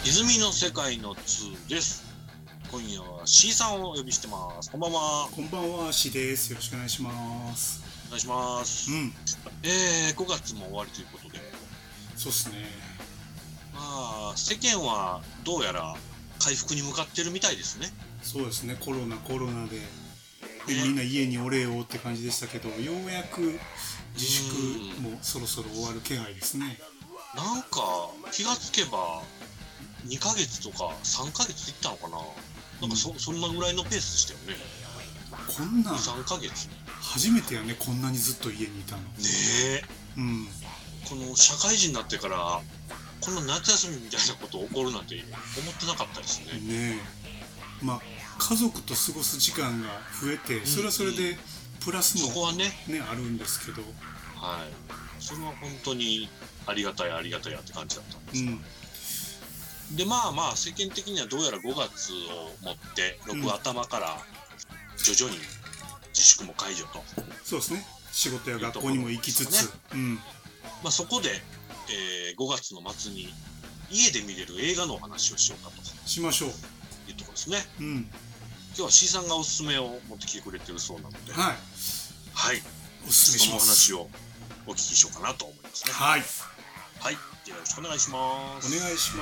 泉の世界の2です。今夜は C さんをお呼びしてます。こんばんは。 こんばんは、C です。よろしくお願いします。 お願いします。5月も終わりということで。 そうっすね。 まあ、世間はどうやら回復に向かってるみたいですね。 そうですね、コロナで、みんな家におれよって感じでしたけど、ようやく自粛もそろそろ終わる気配ですね。 なんか気がつけば2ヶ月とか3ヶ月いったのかな。なんかそんなぐらいのペースでしたよね。 こんな 2、3ヶ月。 初めてやね、こんなにずっと家にいたの。 ねえ。この社会人になってからこの夏休みみたいなこと起こるなんて思ってなかったですね。 ねえ。まあ家族と過ごす時間が増えて、それはそれでプラスも、 そこはねあるんですけど、 はい、それは本当にありがたいって感じだったんですが、でまあ世間的にはどうやら5月をもって6頭から徐々に自粛も解除と、 そうですね、仕事や学校にも行きつつ、 そこで、5月の末に家で見れる映画のお話をしようかとしましょういうところですね。今日は C さんがおすすめを持ってきてくれてるそうなので、はい、 おすすめします。 その話をお聞きしようかなと思いますね。はい、ではよろしくお願いします。 お願いします。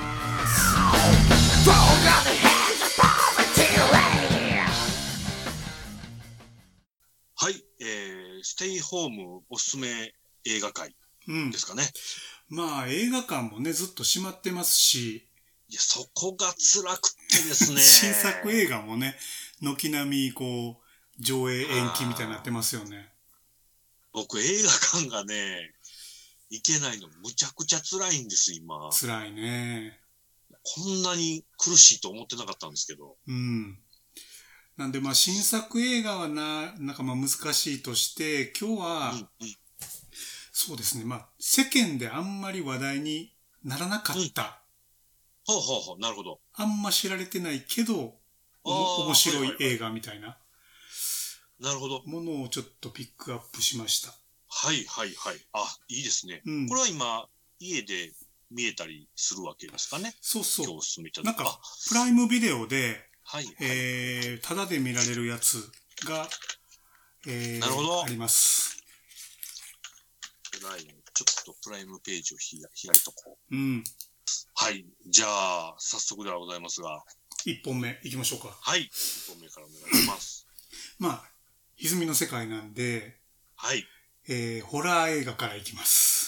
はい、ステイホームおすすめ映画界ですかね。 まあ映画館もねずっと閉まってますし、 いやそこが辛くてですね。 新作映画もね軒並みこう上映延期みたいになってますよね。 僕映画館がね行けないのむちゃくちゃ辛いんです今。 辛いね。 こんなに苦しいと思ってなかったんですけど。 なんで新作映画はなんか難しいとして今日は、そうですね、世間であんまり話題にならなかった、 なるほど。 あんま知られてないけど面白い映画みたいななるほどものをちょっとピックアップしました。 あ、いいですね。これは今家で見えたりするわけですかね。 そうそう。 今日おすすめいただなんかプライムビデオでタダで見られるやつが、 なるほどあります。 ちょっとプライムページを開いとこう。はい。じゃあ、早速ではございますが。 1本目いきましょうか。 はい。1本目からお願いします。 泉の世界なんで、 はい。 ホラー映画からいきます。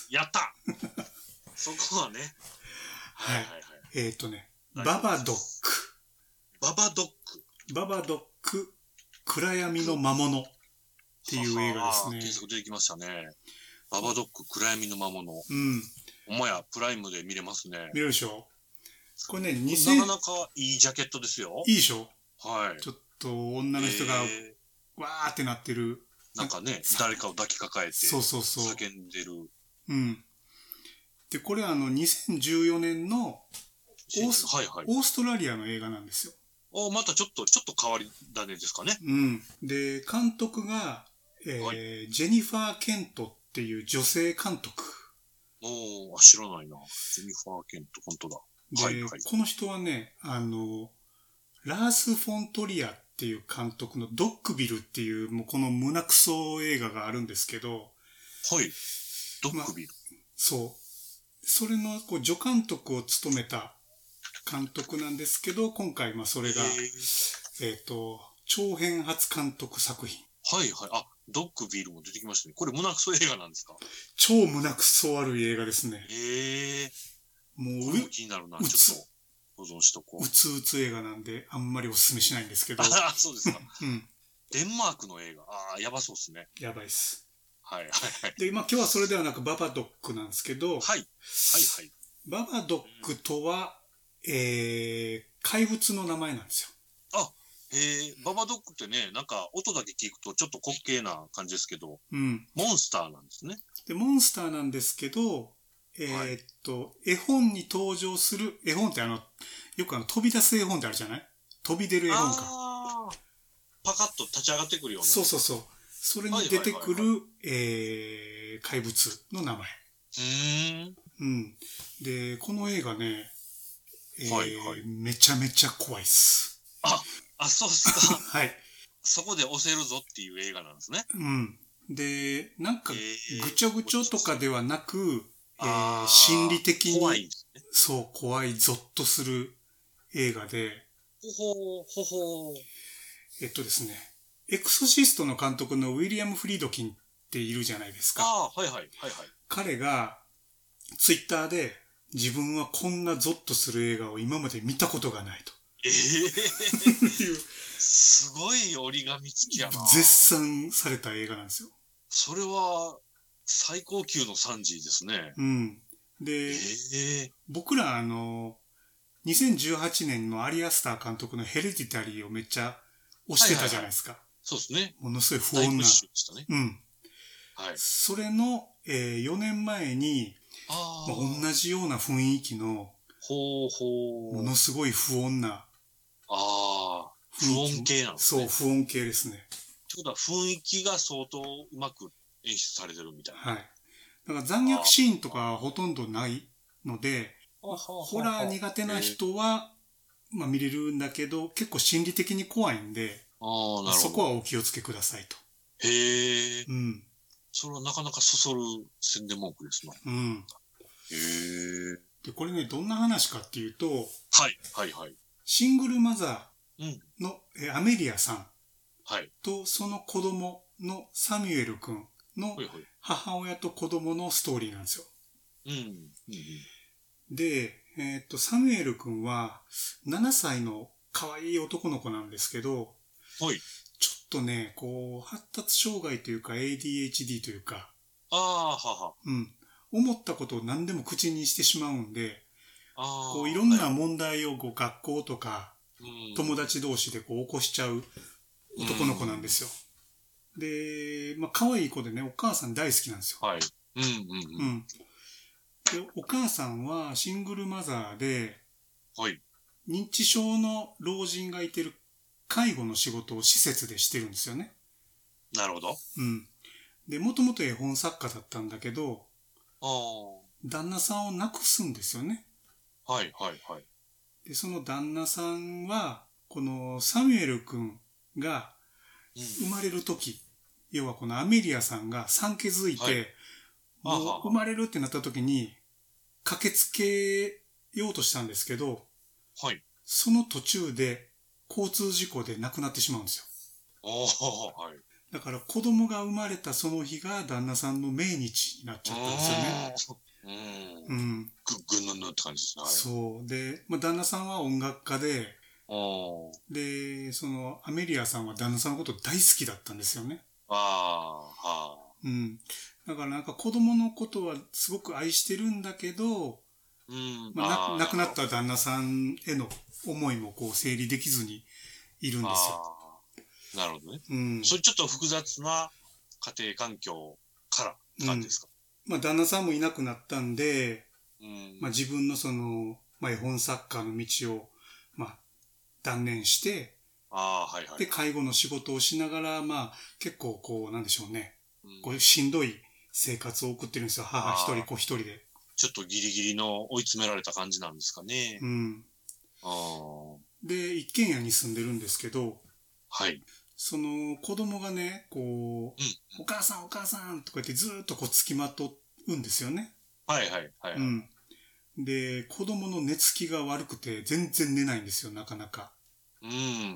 やったそこはね。 ババドック。 ババドック暗闇の魔物っていう映画ですね。 検索出てきましたね。ババドック暗闇の魔物。お前やプライムで見れますね。 見れるでしょ。これね、 なかなかいいジャケットですよ。 いいでしょ。 はい。 ちょっと女の人がわーってなってる。 なんかね、誰かを抱きかかえて叫んでる。 で、これは2014年のオーストラリアの映画なんですよ。 またちょっと変わり種ですかね。 で、監督が、ジェニファー・ケントっていう女性監督。 知らないな。ジェニファー・ケント、本当だ。 で、この人はね、ラース・フォントリアっていう監督のドッグビルっていう、もうこの胸クソ映画があるんですけど。 はい。ドッグビル。 そう。それの助監督を務めた監督なんですけど、今回それが、長編初監督作品。 あ、ドッグビルも出てきましたね。これ胸クソ映画なんですか？ 超胸クソ悪い映画ですね。 もう気になるな。ちょっと保存しとこう。 うつうつ映画なんであんまりおすすめしないんですけど。 そうですか。デンマークの映画。やばそうですね。 やばいです。 で、 今日はそれではなくババドックなんですけど。ババドックとは、怪物の名前なんですよ。 ババドックってね、なんか音だけ聞くとちょっと滑稽な感じですけど、モンスターなんですね。 で、モンスターなんですけど、絵本に登場する、絵本ってよく飛び出す絵本ってあるじゃない？飛び出る絵本か。 パカッと立ち上がってくるような。 そう。それに出てくる、怪物の名前。で、この映画ね、 はいはい。 めちゃめちゃ怖いっす。 そうっすか。 はい。 そこで押せるぞっていう映画なんですね。 うん。で、なんか、ぐちょぐちょとかではなく、心理的に、 怖いんですね。 そう、怖い、ゾッとする映画で、ですね、エクソシストの監督のウィリアム・フリードキンっているじゃないですか。 はいはい、はいはい。 彼が、ツイッターで、自分はこんなゾッとする映画を今まで見たことがないと。 すごい折り紙付きやな。 絶賛された映画なんですよ。 それは、最高級のサンジーですね。 うん。で、僕ら2018年のアリアスター監督のヘレディタリーをめっちゃ推してたじゃないですか。 そうですね。 ものすごい不穏な。 ね、 うん。 はい。 それの、4年前に、同じような雰囲気の、ものすごい不穏な、 不穏系なんですね。 そう、不穏系ですね。 ってことは雰囲気が相当うまく演出されてるみたいな。 はい。だから残虐シーンとかはほとんどないので、ホラー苦手な人は、見れるんだけど、結構心理的に怖いんで、そこはお気をつけくださいと。 へえ。うん。それはなかなかそそる宣伝文句ですな。うん。 へえ。で、これね、どんな話かっていうと、 はい、はい、はい。 シングルマザーの、アメリアさんとその子供のサミュエル君の母親と子供のストーリーなんですよ。うん。で、サミュエル君は7歳の可愛い男の子なんですけど、はい。ちょっとね、こう、発達障害というか ADHD というか、うん。思ったことを何でも口にしてしまうんで、こういろんな問題をこう学校とか友達同士でこう起こしちゃう男の子なんですよ。で、可愛い子でね、お母さん大好きなんですよ。はい。うん。で、お母さんはシングルマザーで、はい。認知症の老人がいてる介護の仕事を施設でしてるんですよね。 なるほど。 うん。で、もともと絵本作家だったんだけど、旦那さんを亡くすんですよね。はい、はい、はい。で、その旦那さんは、このサミュエル君が生まれる時、要はこのアメリアさんが産気づいて、もう生まれるってなった時に、駆けつけようとしたんですけど、はい。その途中で交通事故で亡くなってしまうんですよ。はい。だから子供が生まれたその日が旦那さんの命日になっちゃったんですよね。 うん。ぐんぬんぬって感じですね。 そう。で、旦那さんは音楽家で、で、そのアメリアさんは旦那さんのこと大好きだったんですよね。うん。だからなんか子供のことはすごく愛してるんだけど、亡くなった旦那さんへの思いもこう整理できずにいるんですよ。 なるほどね。うん。それちょっと複雑な家庭環境からって感じですか？ 旦那さんもいなくなったんで、自分のその、絵本作家の道を、断念して、はいはい、で、介護の仕事をしながら、結構こう、なんでしょうね。こうしんどい生活を送ってるんですよ。母一人、子一人で。 ちょっとギリギリの追い詰められた感じなんですかね。うん。 で、一軒家に住んでるんですけど、はい。その子供がね、こう、お母さんお母さんとか言ってずっとこう付きまとうんですよね。 はいはいはい。うん。 で、子供の寝つきが悪くて全然寝ないんですよ、なかなか。うん。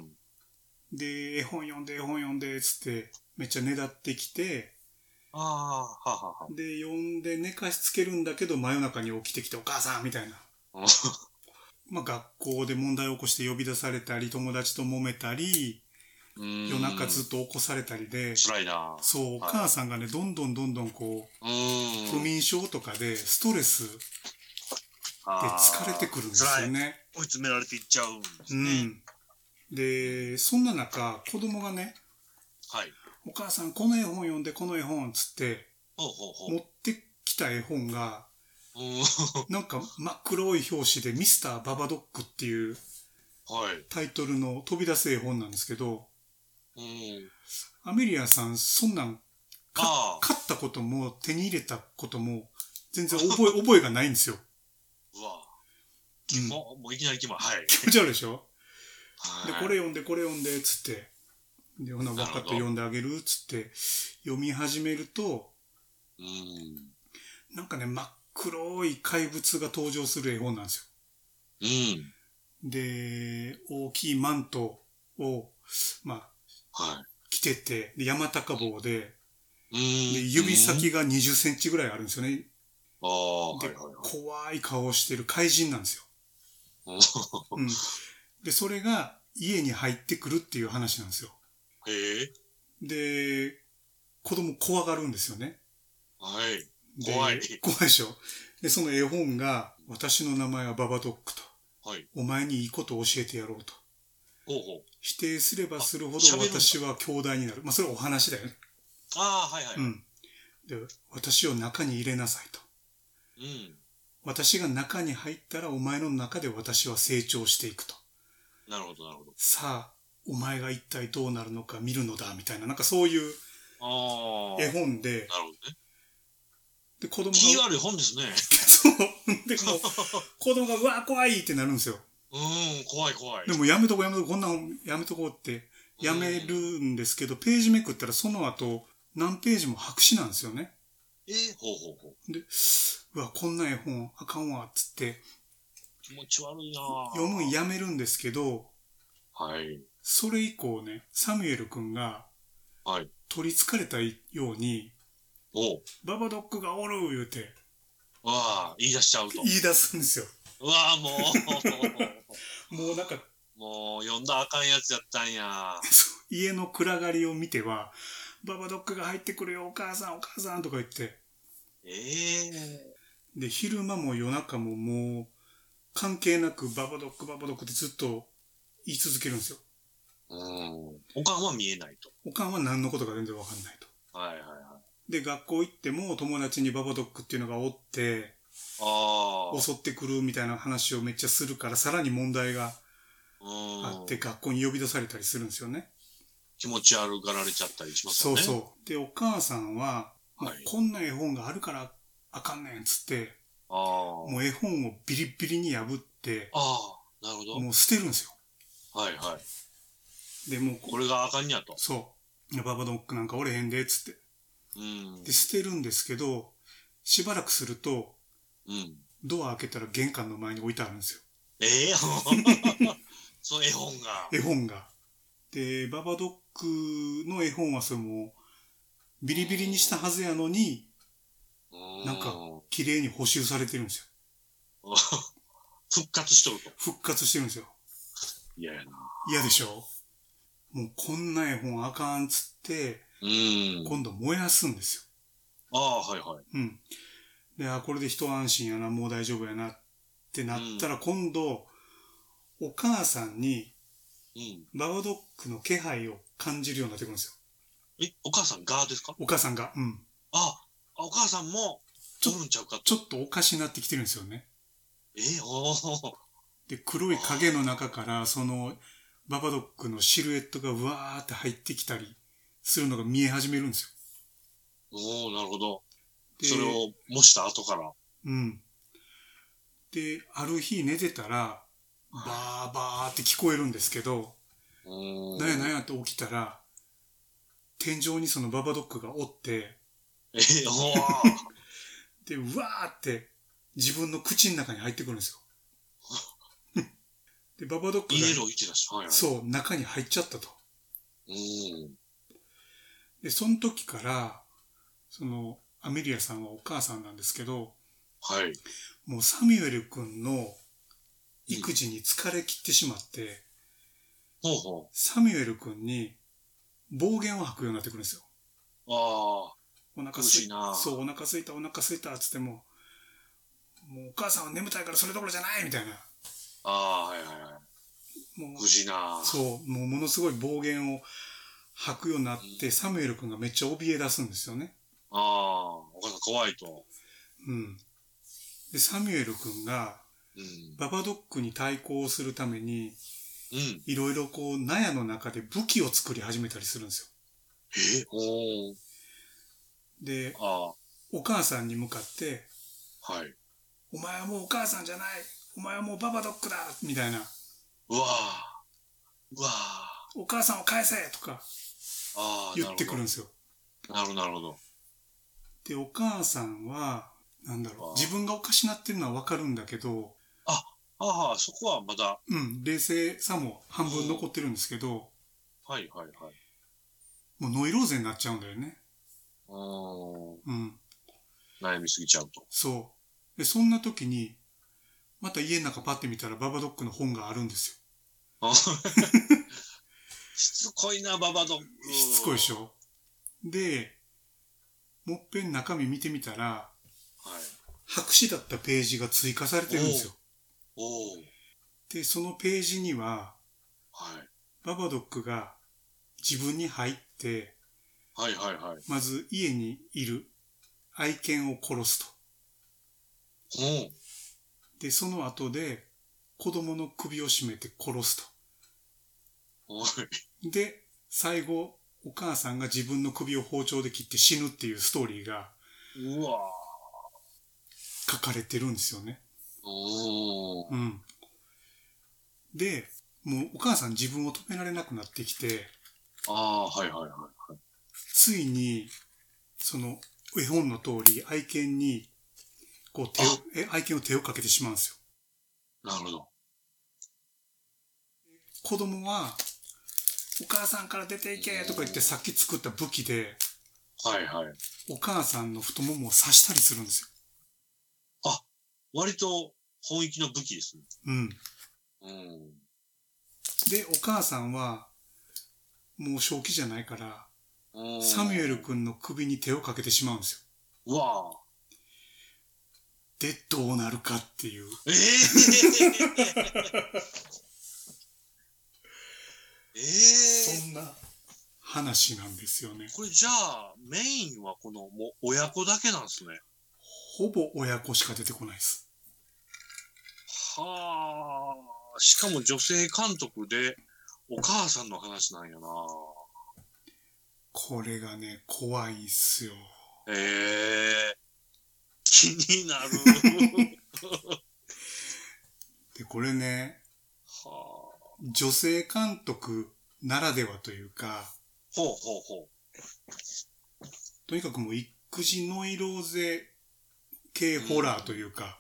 で、絵本読んで、絵本読んで、つって、めっちゃねだってきて、で、読んで寝かしつけるんだけど、真夜中に起きてきて、お母さんみたいな。学校で問題を起こして呼び出されたり、友達と揉めたり、夜中ずっと起こされたりで、 辛いな。 そう、お母さんがね、どんどんこう、不眠症とかで、ストレスで疲れてくるんですよね。 追い詰められていっちゃうんですね。 で、そんな中、子供がね、はい。お母さん、この絵本読んで、この絵本、つって、持ってきた絵本が、なんか真っ黒い表紙でミスター・ババドックっていうタイトルの飛び出す絵本なんですけど、アメリアさん、そんなん買ったことも手に入れたことも全然覚えがないんですよ。 もういきなりはい。 気持ち悪いでしょ。 はい。 で、これ読んで、つって。で、ほな、分かった読んであげる、つって、読み始めると、なんかね、真っ黒い怪物が登場する絵本なんですよ。で、大きいマントを、まあ、着てて、で山高帽で、指先が20センチぐらいあるんですよね。で、怖い顔をしてる怪人なんですよ。で、それが家に入ってくるっていう話なんですよ。で、子供怖がるんですよね。怖いでしょ。で、その絵本が、私の名前はババドックと。お前にいいことを教えてやろうと。否定すればするほど私は兄弟になる。それはお話だよね。で、私を中に入れなさいと。私が中に入ったらお前の中で私は成長していくと。さあ、お前が一体どうなるのか見るのだ、みたいな、なんかそういう絵本で、で、子供が。 気悪い本ですね。 そう。で、もう、子供が、うわ、怖いってなるんですよ。 怖い。 でもやめとこう、こんなのやめとこうって、やめるんですけど、ページめくったらその後、何ページも白紙なんですよね。で、うわ、こんな絵本あかんわ、つって。 気持ち悪いな読むんやめるんですけど、それ以降ね、サミュエル君が、取り憑かれたように、ババドックがおる言うて、 言い出しちゃうと。 言い出すんですよ。 もうなんか、 もう読んだあかんやつやったんや。 家の暗がりを見ては、ババドックが入ってくるよ、お母さんとか言って。で、昼間も夜中ももう、関係なくババドックってずっと言い続けるんですよ。 おかんは見えないと。 おかんは何のことか全然わかんないと。で、学校行っても友達にババドックっていうのがおって、襲ってくるみたいな話をめっちゃするから、さらに問題があって、学校に呼び出されたりするんですよね。 気持ち悪がられちゃったりしますよね。 そう。で、お母さんは、こんな絵本があるからあかんねんつって、もう絵本をビリビリに破って、 なるほど。 もう捨てるんですよ。で、もう、 これがあかんやと。 そう。ババドックなんかおれへんで、つって。で、捨てるんですけど、しばらくすると、ドア開けたら玄関の前に置いてあるんですよ。 その絵本が。 絵本が。で、ババドックの絵本はそれも、ビリビリにしたはずやのに、なんか、綺麗に補修されてるんですよ。復活しとると。 復活してるんですよ。 嫌やな。 嫌でしょ？もうこんな絵本あかんつって、今度燃やすんですよ。で、これで一安心やな、もう大丈夫やなってなったら、今度、お母さんに、ババドックの気配を感じるようになってくるんですよ。お母さんがですか？ お母さんが。 お母さんも、 ちょっとおかしになってきてるんですよね。で、黒い影の中から、その、ババドックのシルエットがうわーって入ってきたりするのが見え始めるんですよ。なるほど。それを模した後から。 で、ある日寝てたら、バーバーって聞こえるんですけど、なんやって起きたら、天井にそのババドックがおって、で、うわーって自分の口の中に入ってくるんですよ。で、ババドックが、そう、中に入っちゃったと。で、その時から、その、アメリアさんはお母さんなんですけど、もうサミュエル君の育児に疲れ切ってしまって、サミュエル君に暴言を吐くようになってくるんですよ。お腹すいた、そう、お腹すいた、つってもうお母さんは眠たいからそれどころじゃないみたいな。もう苦しいな。 そう、もうものすごい暴言を吐くようになって、サミュエル君がめっちゃ怯え出すんですよね。 お母さん怖いと。 で、サミュエル君が、ババドックに対抗するために、いろいろこう、納屋の中で武器を作り始めたりするんですよ。で、お母さんに向かって、お前はもうお母さんじゃない。 お前はもうババドックだみたいな。 うわぁ。うわぁ。 お母さんを返せとか言ってくるんですよ。 なるほど、なるほど。 で、お母さんは、なんだろう、自分がおかしなってるのはわかるんだけど、 そこはまだ。 冷静さも半分残ってるんですけど、 はいはいはい。 もうノイローゼになっちゃうんだよね。 悩みすぎちゃうと。 そう。で、そんな時に、また家の中パッて見たらババドックの本があるんですよ。しつこいな、ババドック。 しつこいでしょ。で、もっぺん中身見てみたら、白紙だったページが追加されてるんですよ。で、そのページには、ババドックが自分に入って、まず家にいる愛犬を殺すと。で、その後で子供の首を絞めて殺すと。で、最後、お母さんが自分の首を包丁で切って死ぬっていうストーリーが書かれてるんですよね。で、もうお母さん自分を止められなくなってきて、ついに、その絵本の通り愛犬にこう愛犬を手をかけてしまうんですよ。なるほど。 子供は、お母さんから出ていけとか言ってさっき作った武器で、お母さんの太ももを刺したりするんですよ。割と本域の武器ですね。 で、お母さんは、もう正気じゃないから、サミュエル君の首に手をかけてしまうんですよ。で、どうなるかっていう。そんな話なんですよね。 これじゃあ、メインはこのもう親子だけなんですね。 ほぼ親子しか出てこないです。 しかも女性監督でお母さんの話なんやな。 これがね、怖いっすよ。 気になる。 で、これね、女性監督ならではというか、とにかくもう育児ノイローゼ系ホラーというか。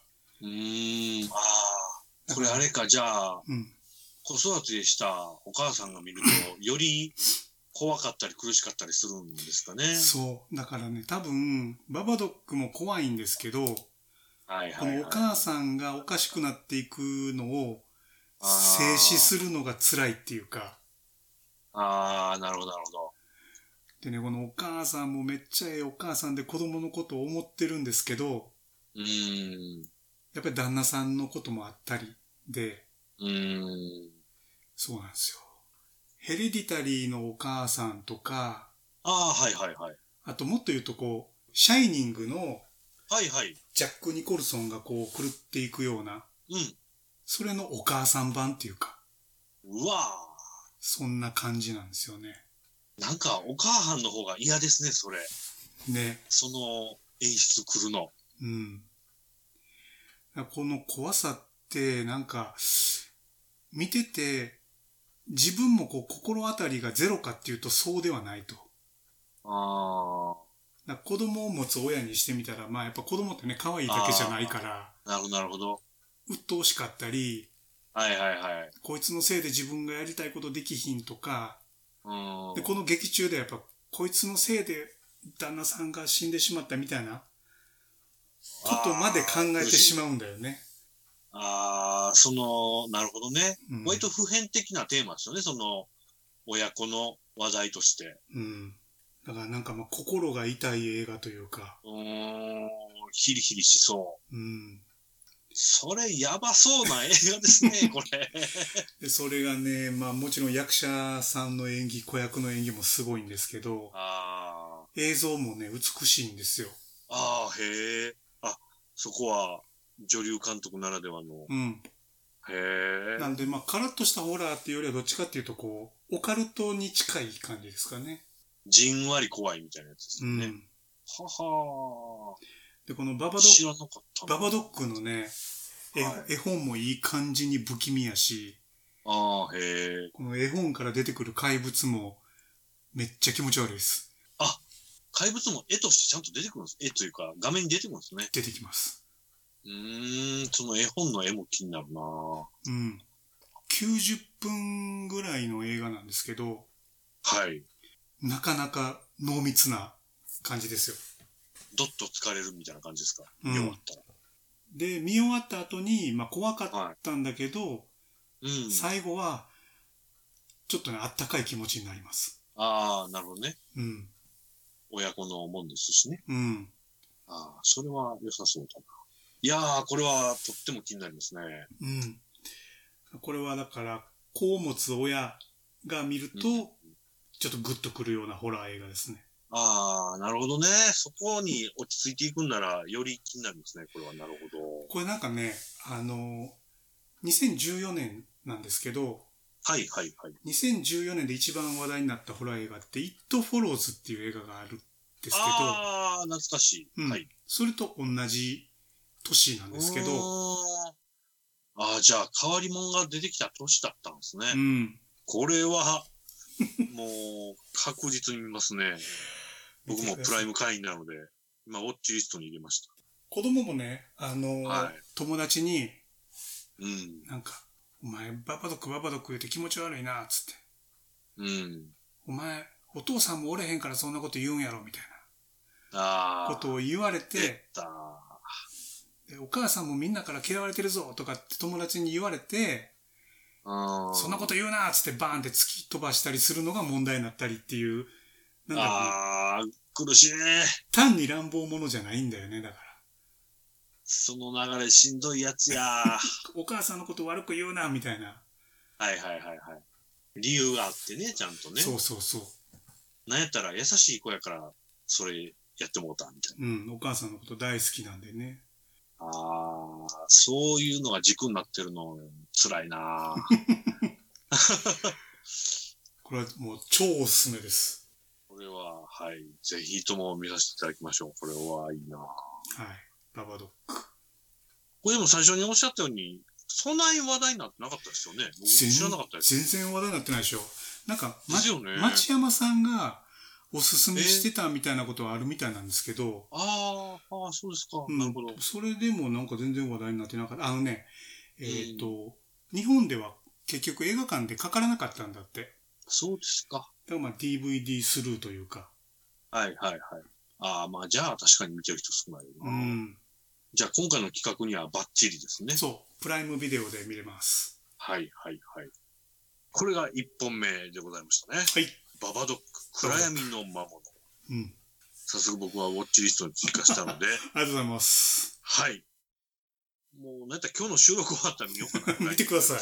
これあれか、じゃあ、子育てしたお母さんが見ると、より怖かったり苦しかったりするんですかね。 そう。だからね、多分、ババドックも怖いんですけど、このお母さんがおかしくなっていくのを、静止するのが辛いっていうか。 なるほど、なるほど。 でね、このお母さんもめっちゃええお母さんで子供のことを思ってるんですけど、やっぱり旦那さんのこともあったりで、そうなんですよ。ヘレディタリーのお母さんとか、あともっと言うとこう、シャイニングの、ジャック・ニコルソンがこう狂っていくような、それのお母さん版っていうか、そんな感じなんですよね。 なんかお母さんの方が嫌ですね、それ。 ね。 その演出来るの。 この怖さってなんか見てて自分もこう心当たりがゼロかっていうとそうではないと。子供を持つ親にしてみたら、まあやっぱ子供ってね可愛いだけじゃないから。 なるほど。 鬱陶しかったり、こいつのせいで自分がやりたいことできひんとか、でこの劇中でやっぱこいつのせいで旦那さんが死んでしまったみたいなことまで考えてしまうんだよね。 なるほどね。割と普遍的なテーマですよね、その親子の話題として。 だからなんかまあ心が痛い映画というか。 ヒリヒリしそう。それやばそうな映画ですね、これ。 でそれがね、まあもちろん役者さんの演技、子役の演技もすごいんですけど、映像もね、美しいんですよ。 へえ。そこは女流監督ならではの。へえ。 なんでまあカラッとしたホラーっていうよりはどっちかっていうとこう、オカルトに近い感じですかね。 じんわり怖いみたいなやつですよね。ははで、このババドックのね、 絵本もいい感じに不気味やし、 ああ、へえ。 この絵本から出てくる怪物もめっちゃ気持ち悪いです。 あ、怪物も絵としてちゃんと出てくるんです。絵というか、画面に出てくるんですね。 出てきます。 その絵本の絵も気になるな。 うん。90分ぐらいの映画なんですけど、 はい。 なかなか濃密な感じですよ。 どっと疲れるみたいな感じですか、 見終わったら。 で、見終わった後に、怖かったんだけど、最後は、ちょっとね、あったかい気持ちになります。 ああ、なるほどね。親子のもんですしね。ああ、それは良さそうだな。いやー、これはとっても気になりますね。 これはだから、子を持つ親が見ると、ちょっとグッとくるようなホラー映画ですね。 ああ、なるほどね。そこに落ち着いていくんなら、より気になりますね。これはなるほど。 これなんかね、2014年なんですけど、2014年で一番話題になったホラー映画って、It Follows っていう映画があるんですけど、 ああ、懐かしい。はい。 それと同じ年なんですけど、 ああ、じゃあ、変わり者が出てきた年だったんですね。これは、もう、確実に見ますね。僕もプライム会員なので、今、ウォッチリストに入れました。 子供もね、友達に、なんか、お前、ババドク言うて気持ち悪いな、つって。お前、お父さんもおれへんからそんなこと言うんやろ、みたいな。ことを言われて、お母さんもみんなから嫌われてるぞ、とかって友達に言われて、そんなこと言うな、つってバーンって突き飛ばしたりするのが問題になったりっていう。 苦しいね。 単に乱暴者じゃないんだよね、だから。 その流れしんどいやつや。 お母さんのこと悪く言うな、みたいな。 理由があってね、ちゃんとね。 そう。 なんやったら優しい子やから、それやってもうた、みたいな。お母さんのこと大好きなんでね。 そういうのが軸になってるの、辛いなこれはもう超おすすめです。 これは、はい。ぜひとも見させていただきましょう。これはいいなはい。 ババドック。 これでも最初におっしゃったように、そんなに話題になってなかったですよね。僕知らなかったです。 全然話題になってないでしょ。なんか、町山さんがおすすめしてたみたいなことはあるみたいなんですけど。 そうですか。なるほど。 それでもなんか全然話題になってなかった。日本では結局映画館でかからなかったんだって。 そうですか。 だからDVD スルーというか。 じゃあ確かに見てる人少ないな。じゃあ今回の企画にはバッチリですね。 そう。プライムビデオで見れます。 これが1本目でございましたね。ババドック、暗闇の魔物。早速僕はウォッチリストに追加したので。 ありがとうございます。 もう、なんやったら今日の収録終わったら見ようかな。 見てください。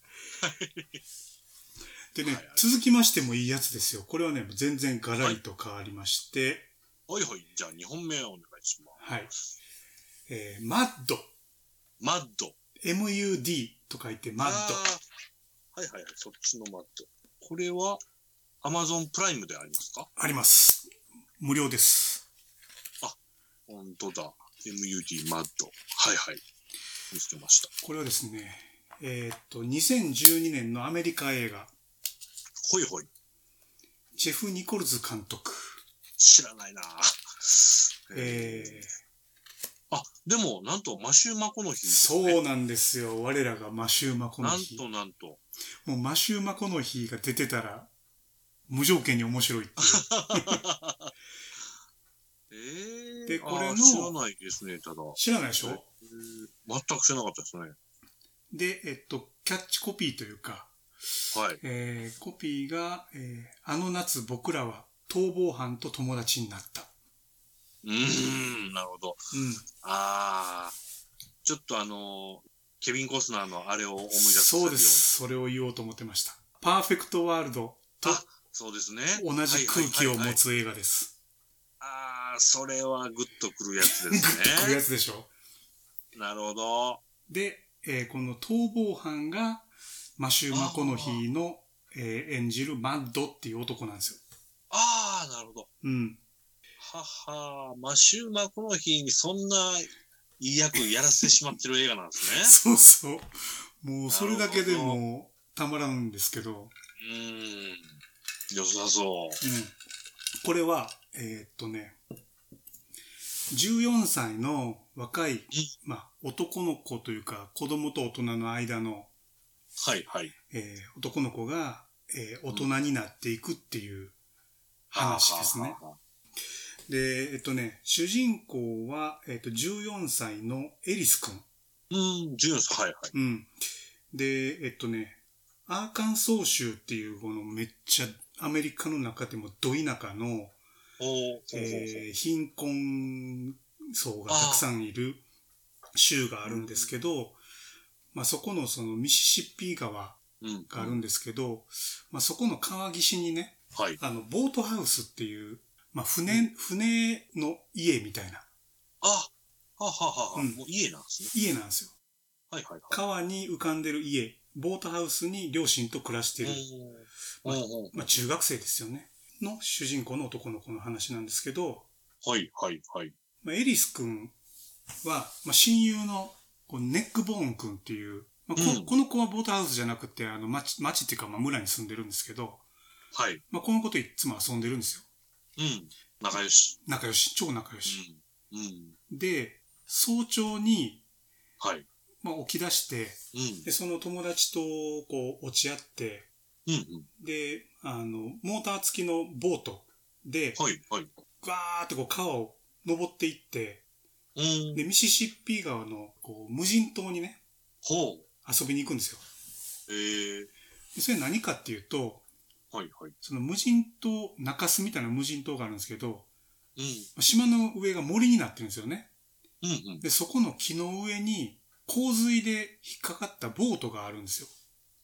でね、続きましてもいいやつですよ。これはね、全然ガラリと変わりまして。 じゃあ2本目お願いします。 マッド。 マッド。 MUD と書いてマッド。 そっちのマッド。これは Amazon プライムでありますか？ あります。無料です。 本当だ。MUD マッド。見つけました。 これはですね、2012年のアメリカ映画。ジェフ・ニコルズ監督。 知らないなでも、なんと、マシュー・マコノヒー、 そうなんですよ。我らがマシュー・マコノヒー。 なんと。 もうマシュー・マコノヒーが出てたら、無条件に面白いっていう。で、これの。 知らないですね、ただ。 知らないでしょ？ 全く知らなかったですね。 で、キャッチコピーというか、コピーが、あの夏僕らは逃亡犯と友達になった。 なるほど。ちょっとケビン・コスナーのあれを思い出す。 そうです。それを言おうと思ってました。パーフェクトワールドとそうですね。 同じ空気を持つ映画です。 それはグッとくるやつですね。 グッとくるやつでしょ。 なるほど。 で、この逃亡犯がマシュー・マコノヒーの、演じるマッドっていう男なんですよ。なるほど。マシュー・マコノヒーにそんないい役やらせてしまってる映画なんですね。 そうそう。もうそれだけでもたまらんですけど。 良さそう。 これは、14歳の若い、男の子というか、子供と大人の間の、 はいはい。 男の子が、大人になっていくっていう話ですね。で、主人公は、14歳のエリス君。 14歳、はいはい。 で、アーカンソー州っていう、このめっちゃアメリカの中でもど田舎の、貧困層がたくさんいる州があるんですけど、そこのそのミシシッピ川があるんですけど、そこの川岸にね、ボートハウスっていう、船の家みたいな。 もう家なんですね。 家なんですよ。川に浮かんでる家、ボートハウスに両親と暮らしてる、中学生ですよね。の主人公の男の子の話なんですけど、エリス君は、親友のネックボーン君っていう、この子はボートハウスじゃなくて、町っていうか村に住んでるんですけど、この子といつも遊んでるんですよ。 仲良し。 超仲良し。で、早朝に、起き出して、で、その友達と落ち合って、で、モーター付きのボートで、ガーって川を登っていって、で、ミシシッピ川の無人島にね、遊びに行くんですよ。でそれ何かっていうと、その無人島、中州みたいな無人島があるんですけど、島の上が森になってるんですよね。で、そこの木の上に洪水で引っかかったボートがあるんですよ。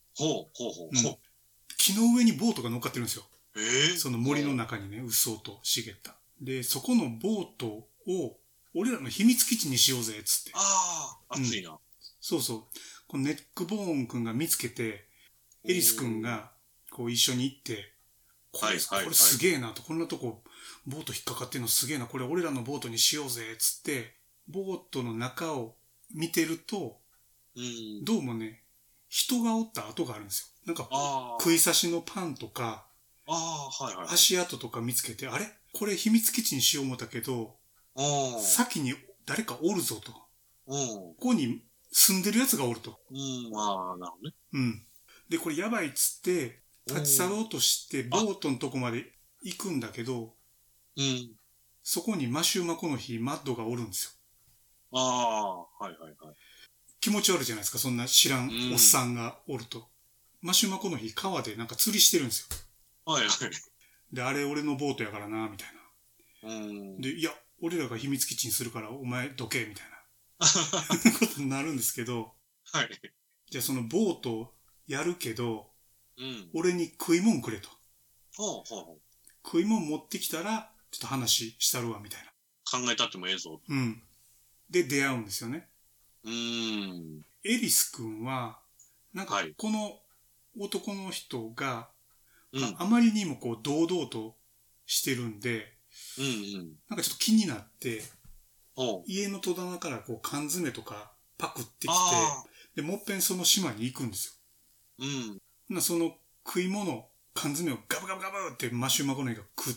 木の上にボートが乗っかってるんですよ。その森の中にね、うっそうと茂った。で、そこのボートを、俺らの秘密基地にしようぜ、つって。 熱いな。 そうそう。このネックボーン君が見つけて、エリス君が一緒に行って、これすげえなと、こんなとこボート引っかかってるのすげえな、これ俺らのボートにしようぜ、つって、ボートの中を見てると、どうもね、人がおった跡があるんですよ。なんか、食い刺しのパンとか、足跡とか見つけて、あれこれ秘密基地にしよう思ったけど、先に誰かおるぞと。ここに住んでる奴がおると。 なるほどね。 で、これやばいっつって、立ち去ろうとして、ボートのとこまで行くんだけど、そこにマシューマコの日、マッドがおるんですよ。気持ち悪いじゃないですか、そんな知らんおっさんがおると。マシューマコの日、川でなんか釣りしてるんですよ。で、あれ俺のボートやからな、みたいな。で、いや、俺らが秘密基地にするからお前どけ、みたいなことになるんですけど、じゃあそのボートやるけど、俺に食い物くれと。食い物持ってきたら、ちょっと話したるわ、みたいな。 考えたってもええぞ。 で、出会うんですよね。エリス君は、なんか、この男の人が、あまりにも堂々としてるんで、なんかちょっと気になって、家の戸棚から缶詰とかパクってきて、で、もっぺんその島に行くんですよ。その食い物、缶詰をガブガブガブってマシューマコネが食って、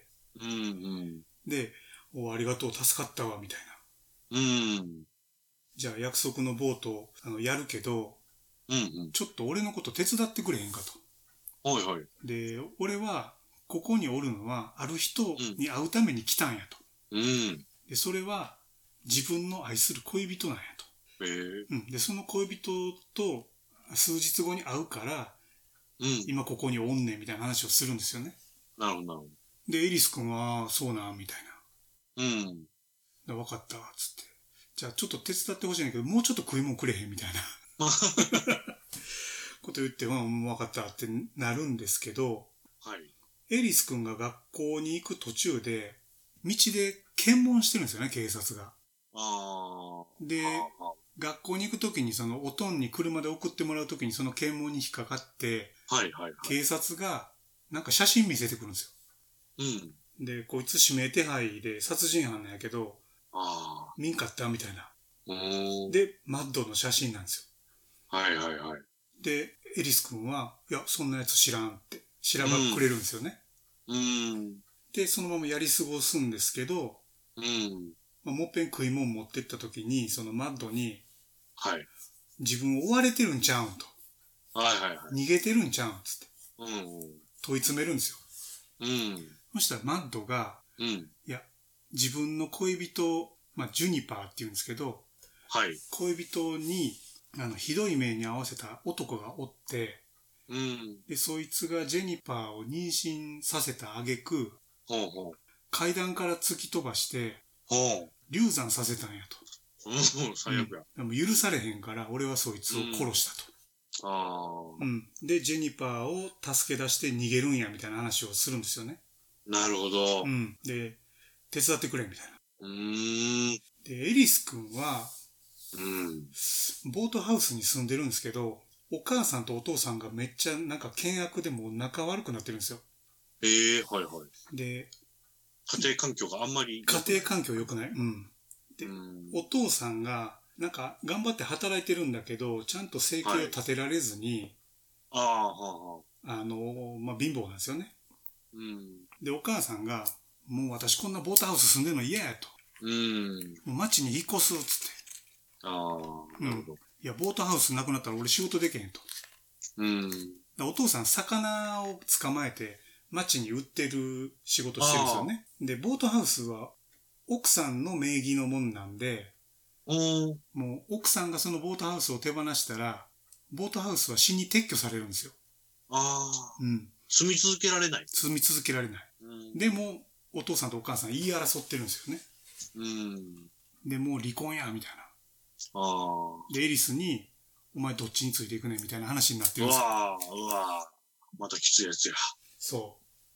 で、ありがとう、助かったわ、みたいな。じゃあ約束のボートやるけど、ちょっと俺のこと手伝ってくれへんかと。で、俺は、ここにおるのは、ある人に会うために来たんやと。で、それは、自分の愛する恋人なんやと。で、その恋人と、数日後に会うから、今ここにおんねんみたいな話をするんですよね。で、エリス君は、そうな、みたいな。分かった、つって。じゃあちょっと手伝ってほしいんだけど、もうちょっと食い物くれへんみたいなこと言って、分かったってなるんですけど、エリス君が学校に行く途中で、道で検問してるんですよね、警察が。で、学校に行くときにおとんに車で送ってもらうときにその検問に引っかかって、警察がなんか写真見せてくるんですよ。で、こいつ指名手配で殺人犯なんやけど、見んかったみたいな。 で、マッドの写真なんですよ。はいはいはい。 で、エリス君は、いや、そんなやつ知らんって調べくれるんですよね。で、そのままやり過ごすんですけど、もっぺん食い物持ってった時に、そのマッドに、はい、自分を追われてるんちゃうんと。はいはいはい。逃げてるんちゃうんつって。問い詰めるんですよ。そしたらマッドが、いや、自分の恋人、ジュニパーって言うんですけど、はい、恋人にひどい目に遭わせた男がおって、でそいつがジェニパーを妊娠させた挙句、階段から突き飛ばして、流産させたんやと。最悪や。でも許されへんから俺はそいつを殺したと。で、ジェニパーを助け出して逃げるんやみたいな話をするんですよね。なるほど。で、手伝ってくれみたいな。で、エリス君は、ボートハウスに住んでるんですけど、お母さんとお父さんがめっちゃなんか険悪でもう仲悪くなってるんですよ。はいはい。で、家庭環境があんまり。家庭環境良くない？で、お父さんがなんか頑張って働いてるんだけど、ちゃんと生計を立てられずに、貧乏なんですよね。で、お母さんが、もう私こんなボートハウス住んでるの嫌やと。もう町に引っ越すっつって。なるほど。いや、ボートハウスなくなったら俺仕事できへんと。お父さん魚を捕まえて町に売ってる仕事してるんですよね。で、ボートハウスは奥さんの名義のもんなんで、もう奥さんがそのボートハウスを手放したら、ボートハウスは市に撤去されるんですよ。住み続けられない。住み続けられない。でも、お父さんとお母さん言い争ってるんですよね。で、もう離婚や、みたいな。で、エリスに、お前どっちについていくねみたいな話になってるんですよ。うわまたきついやつや。そう。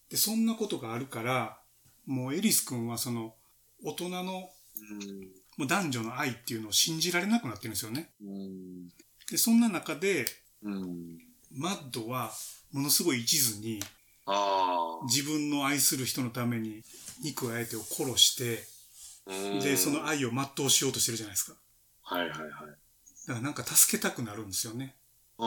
で、そんなことがあるから、もうエリス君はその、大人の、もう男女の愛っていうのを信じられなくなってるんですよね。で、そんな中で、マッドは、ものすごい一途に、自分の愛する人のために肉や相手を殺して、で、その愛を全うしようとしてるじゃないですか。はいはいはい。だからなんか助けたくなるんですよね。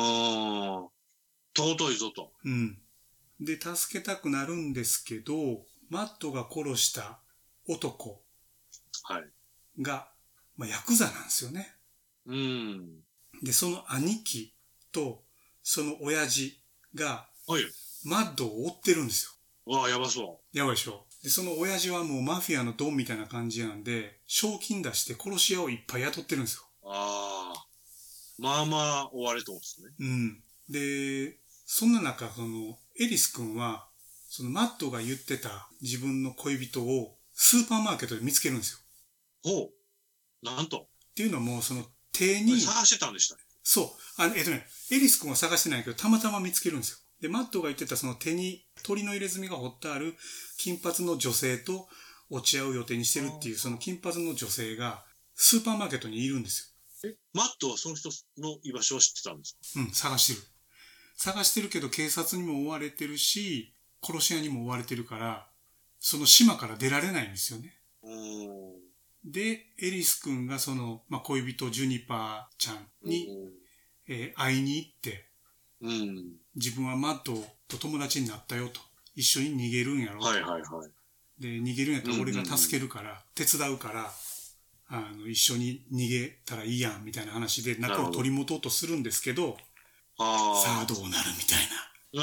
尊いぞと。で、助けたくなるんですけど、マッドが殺した男が、ヤクザなんですよね。で、その兄貴とその親父が、マッドを追ってるんですよ。わあ、やばそう。やばいでしょ。で、その親父はもうマフィアのドンみたいな感じなんで、賞金出して殺し屋をいっぱい雇ってるんですよ。ああ。まあまあ追われてますね。で、そんな中、その、エリス君は、そのマッドが言ってた自分の恋人をスーパーマーケットで見つけるんですよ。ほう。なんと。っていうのも、その手に。探してたんでしたね。そう。エリス君は探してないけど、たまたま見つけるんですよ。で、マッドが言ってたその手に鳥の入れ墨が彫ってある金髪の女性と落ち合う予定にしてるっていう、その金髪の女性がスーパーマーケットにいるんですよ。マッドはその人の居場所を知ってたんですか？探してる。探してるけど警察にも追われてるし、殺し屋にも追われてるから、その島から出られないんですよね。で、エリス君がその、恋人ジュニパーちゃんに、会いに行って、自分はマッドと友達になったよと。一緒に逃げるんやろと。で、逃げるんやったら俺が助けるから、手伝うから、一緒に逃げたらいいやんみたいな話で中を取り持とうとするんですけど、さあどうなるみたいな。うわ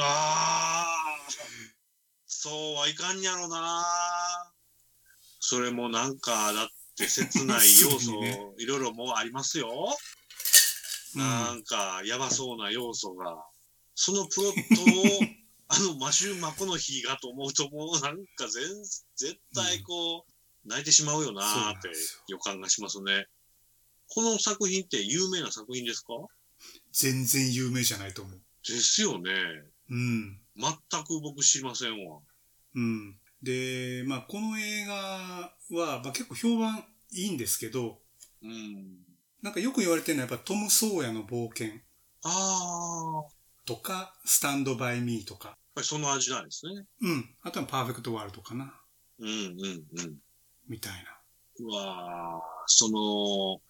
そうはいかんやろな。それもなんかだって切ない要素いろいろもうありますよ。なんかやばそうな要素が。そのプロットをマシューマコの日がと思うともうなんか絶対こう、泣いてしまうよなーって予感がしますね。この作品って有名な作品ですか？全然有名じゃないと思う。ですよね。全く僕知りませんわ。で、この映画は、結構評判いいんですけど、なんかよく言われてるのはやっぱトム・ソーヤの冒険。とか、スタンド・バイ・ミーとか。やっぱりその味なんですね。あとはパーフェクト・ワールドかな。みたいな。うわその、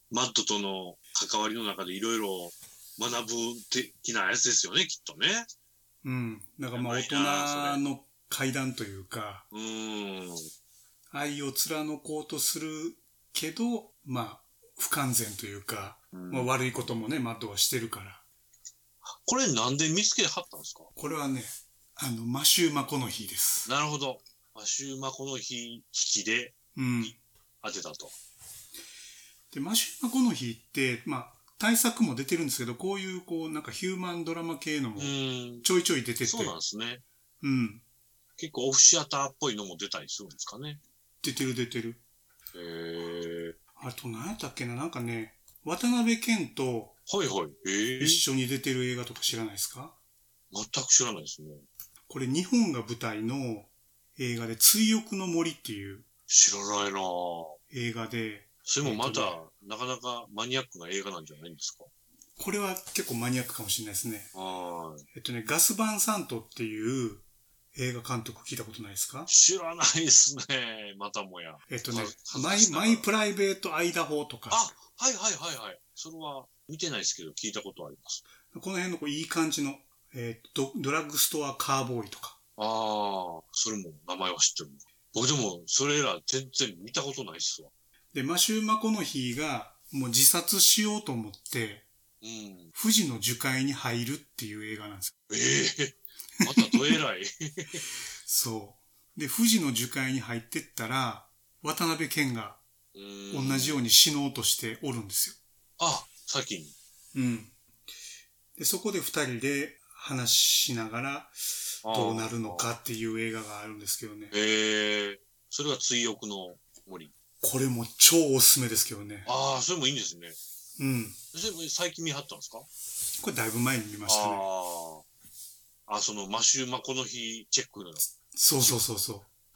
マッドとの関わりの中でいろいろ学ぶ的なやつですよね、きっとね。 うん。だから大人の階段というか、愛を貫こうとするけど、不完全というか、悪いこともね、マッドはしてるから。 これなんで見つけはったんですか？ これはね、マシューマコの日です。 なるほど。マシューマコの日引きで当てたと。 で、マシューマコの日って、対策も出てるんですけど、こういう、なんかヒューマンドラマ系のもちょいちょい出てて。 そうなんですね。 うん。 結構オフシアターっぽいのも出たりするんですかね。 出てる。あと何やったっけな、なんかね、渡辺謙と一緒に出てる映画とか知らないですか？ 全く知らないですね。 これ日本が舞台の映画で、追憶の森っていう知らないな映画で、 それもまた、なかなかマニアックな映画なんじゃないんですか？ これは結構マニアックかもしれないですね。ガス・バン・サントっていう映画監督聞いたことないですか？ 知らないですね。またもや。 マイ・プライベート・アイダホとか。 はい。それは見てないですけど、聞いたことあります。 この辺のいい感じの、ドラッグストアカーボーイとか。 それも名前は知ってる。僕でも、それら全然見たことないっすわ。 で、マシューマコの日が、もう自殺しようと思って、富士の樹海に入るっていう映画なんですよ。 またどえらい。 そう。で、富士の樹海に入ってったら、渡辺謙が同じように死のうとしておるんですよ。 先に。で、そこで二人で話しながら、どうなるのかっていう映画があるんですけどね。 それは追憶の森。 これも超おすすめですけどね。 それもいいんですね。それも最近見はったんですか？ これだいぶ前に見ましたね。 そのマシューマコの日チェックの。 そう。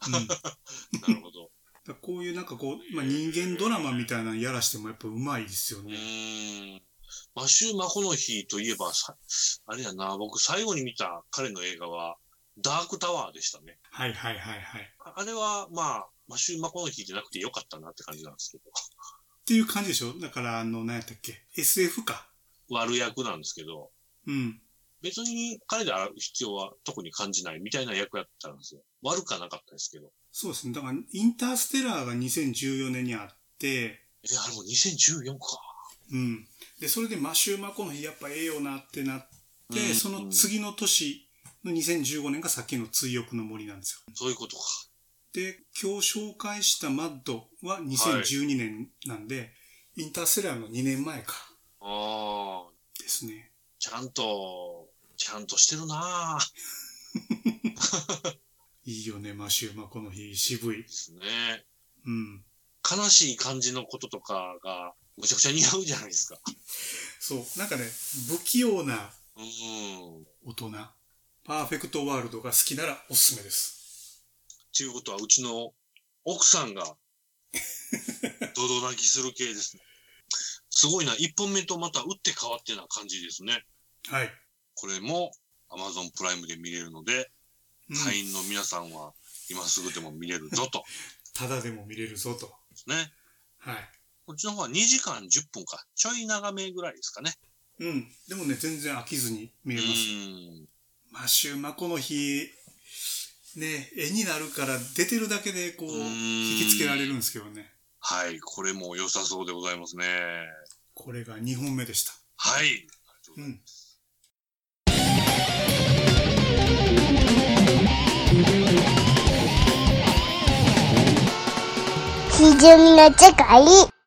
なるほど。 こういうなんか人間ドラマみたいなのやらしてもやっぱうまいですよね。 マシューマコの日といえば、あれやな、僕最後に見た彼の映画は、ダークタワーでしたね。 はい。 あれは、マシューマコの日じゃなくてよかったなって感じなんですけど。 っていう感じでしょ？だから何やったっけ？ SF か。 悪役なんですけど。別に彼である必要は特に感じないみたいな役やったんですよ。悪かなかったですけど。 そうですね。だからインターステラーが2014年にあって、 あれも2014か。 で、それでマシューマコの日やっぱええよなってなって、その次の年の2015年がさっきの追憶の森なんですよ。 そういうことか。 で、今日紹介したマッドは2012年なんで、インターステラーの2年前か。ですね。 ちゃんとしてるなぁ。 いいよね、マシューマコの日、渋い。 ですね。悲しい感じのこととかが、むちゃくちゃ似合うじゃないですか。 そう。なんかね、不器用な大人。パーフェクトワールドが好きならおすすめです。 ということは、うちの奥さんが、ドド泣きする系ですね。すごいな。1本目とまた打って変わってな感じですね。 はい。 これも Amazon プライムで見れるので、会員の皆さんは今すぐでも見れるぞと。 ただでも見れるぞと。 ですね。 はい。 こっちの方は2時間10分か。ちょい長めぐらいですかね。 でもね、全然飽きずに見れます。マシューマコの日、ね、絵になるから出てるだけで引きつけられるんですけどね。 はい、これも良さそうでございますね。 これが2本目でした。 はい。ありがとうございます。 ひじゅみの世界。